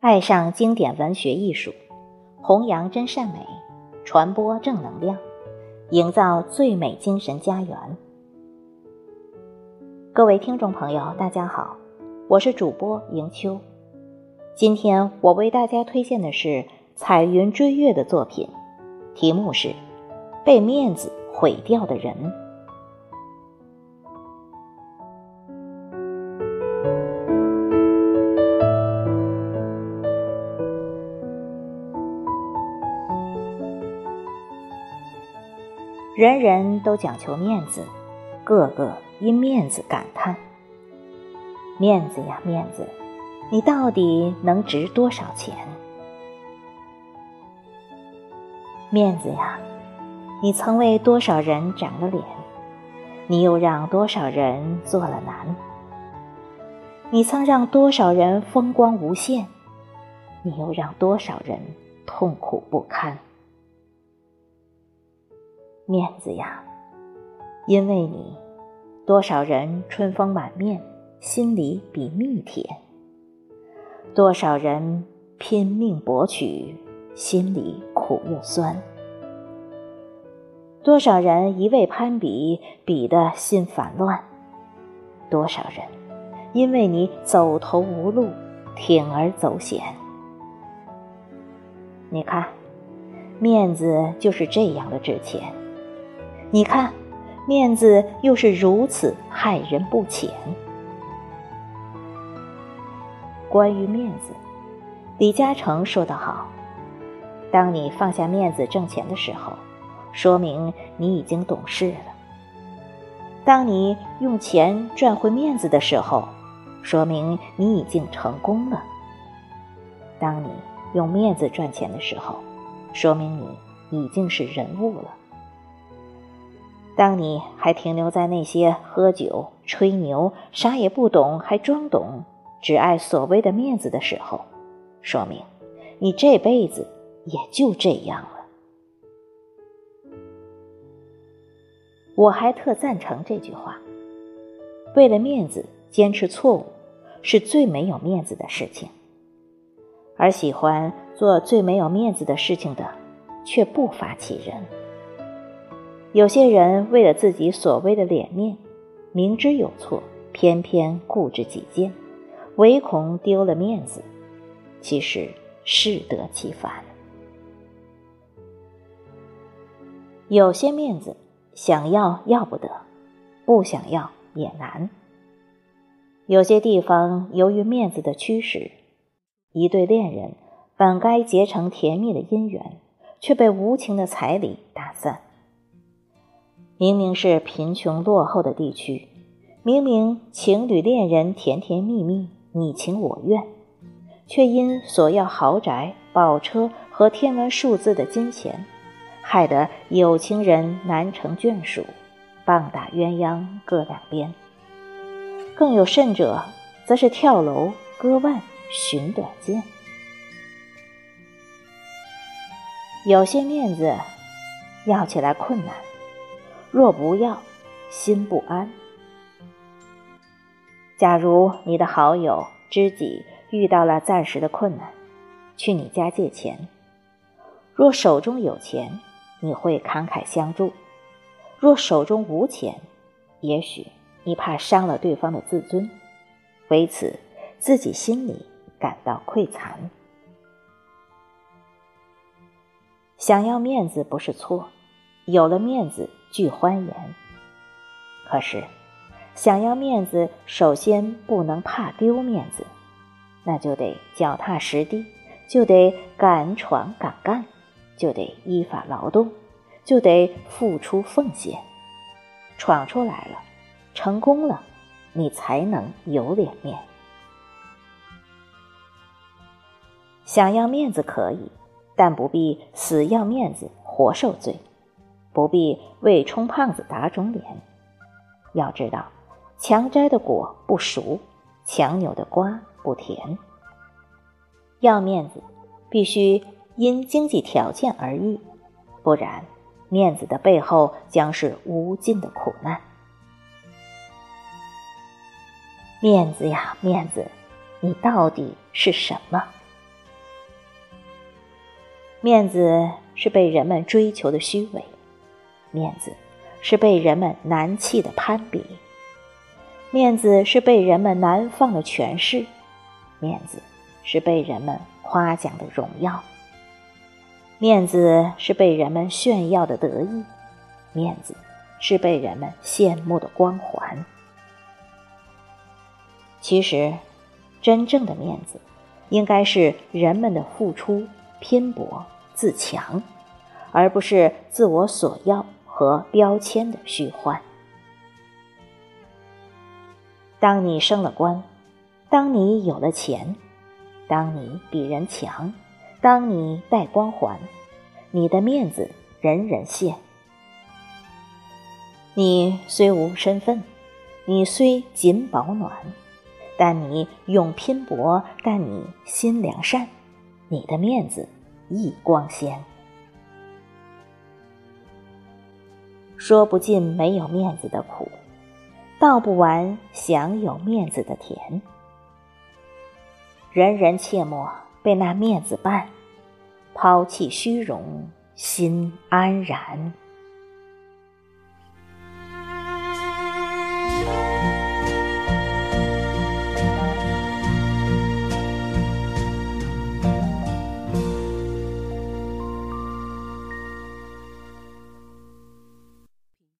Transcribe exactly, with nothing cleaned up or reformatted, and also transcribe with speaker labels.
Speaker 1: 爱上经典文学艺术，弘扬真善美，传播正能量，营造最美精神家园。各位听众朋友，大家好，我是主播迎秋。今天我为大家推荐的是彩云追月的作品，题目是《被面子毁掉的人》。人人都讲求面子，个个因面子感叹。面子呀面子，你到底能值多少钱？面子呀，你曾为多少人长了脸，你又让多少人做了难。你曾让多少人风光无限，你又让多少人痛苦不堪。面子呀，因为你，多少人春风满面，心里比蜜甜；多少人拼命博取，心里苦又酸；多少人一味攀比，比得心烦乱；多少人因为你走投无路，铤而走险。你看，面子就是这样的值钱。你看，面子又是如此害人不浅。关于面子，李嘉诚说得好，当你放下面子挣钱的时候，说明你已经懂事了；当你用钱赚回面子的时候，说明你已经成功了；当你用面子赚钱的时候，说明你已经是人物了。当你还停留在那些喝酒、吹牛、啥也不懂还装懂，只爱所谓的面子的时候，说明你这辈子也就这样了。我还特赞成这句话，为了面子坚持错误，是最没有面子的事情。而喜欢做最没有面子的事情的，却不乏其人。有些人为了自己所谓的脸面，明知有错，偏偏固执己见，唯恐丢了面子，其实适得其反。有些面子想要要不得，不想要也难。有些地方由于面子的驱使，一对恋人本该结成甜蜜的姻缘，却被无情的彩礼打散。明明是贫穷落后的地区，明明情侣恋人甜甜蜜蜜，你情我愿，却因索要豪宅、宝车和天文数字的金钱，害得有情人难成眷属，棒打鸳鸯各两边。更有甚者，则是跳楼、割腕、寻短见。有些面子要起来困难，若不要，心不安。假如你的好友、知己遇到了暂时的困难，去你家借钱，若手中有钱，你会慷慨相助；若手中无钱，也许你怕伤了对方的自尊，为此自己心里感到愧惭。想要面子不是错，有了面子具欢颜。可是想要面子，首先不能怕丢面子，那就得脚踏实地，就得敢闯敢干，就得依法劳动，就得付出奉献。闯出来了，成功了，你才能有脸面。想要面子可以，但不必死要面子活受罪，不必为充胖子打肿脸。要知道，强摘的果不熟，强扭的瓜不甜。要面子必须因经济条件而异，不然面子的背后将是无尽的苦难。面子呀面子，你到底是什么？ 面子是被人们追求的虚伪，面子是被人们难弃的攀比，面子是被人们难放的权势，面子是被人们夸奖的荣耀，面子是被人们炫耀的得意，面子是被人们羡慕的光环。其实，真正的面子应该是人们的付出、拼搏、自强，而不是自我索要和标签的虚幻。当你升了官，当你有了钱，当你比人强，当你带光环，你的面子人人羡。你虽无身份，你虽仅保暖，但你永拼搏，但你心良善，你的面子亦光鲜。说不尽没有面子的苦，道不完享有面子的甜。人人切莫被那面子绊，抛弃虚荣，心安然。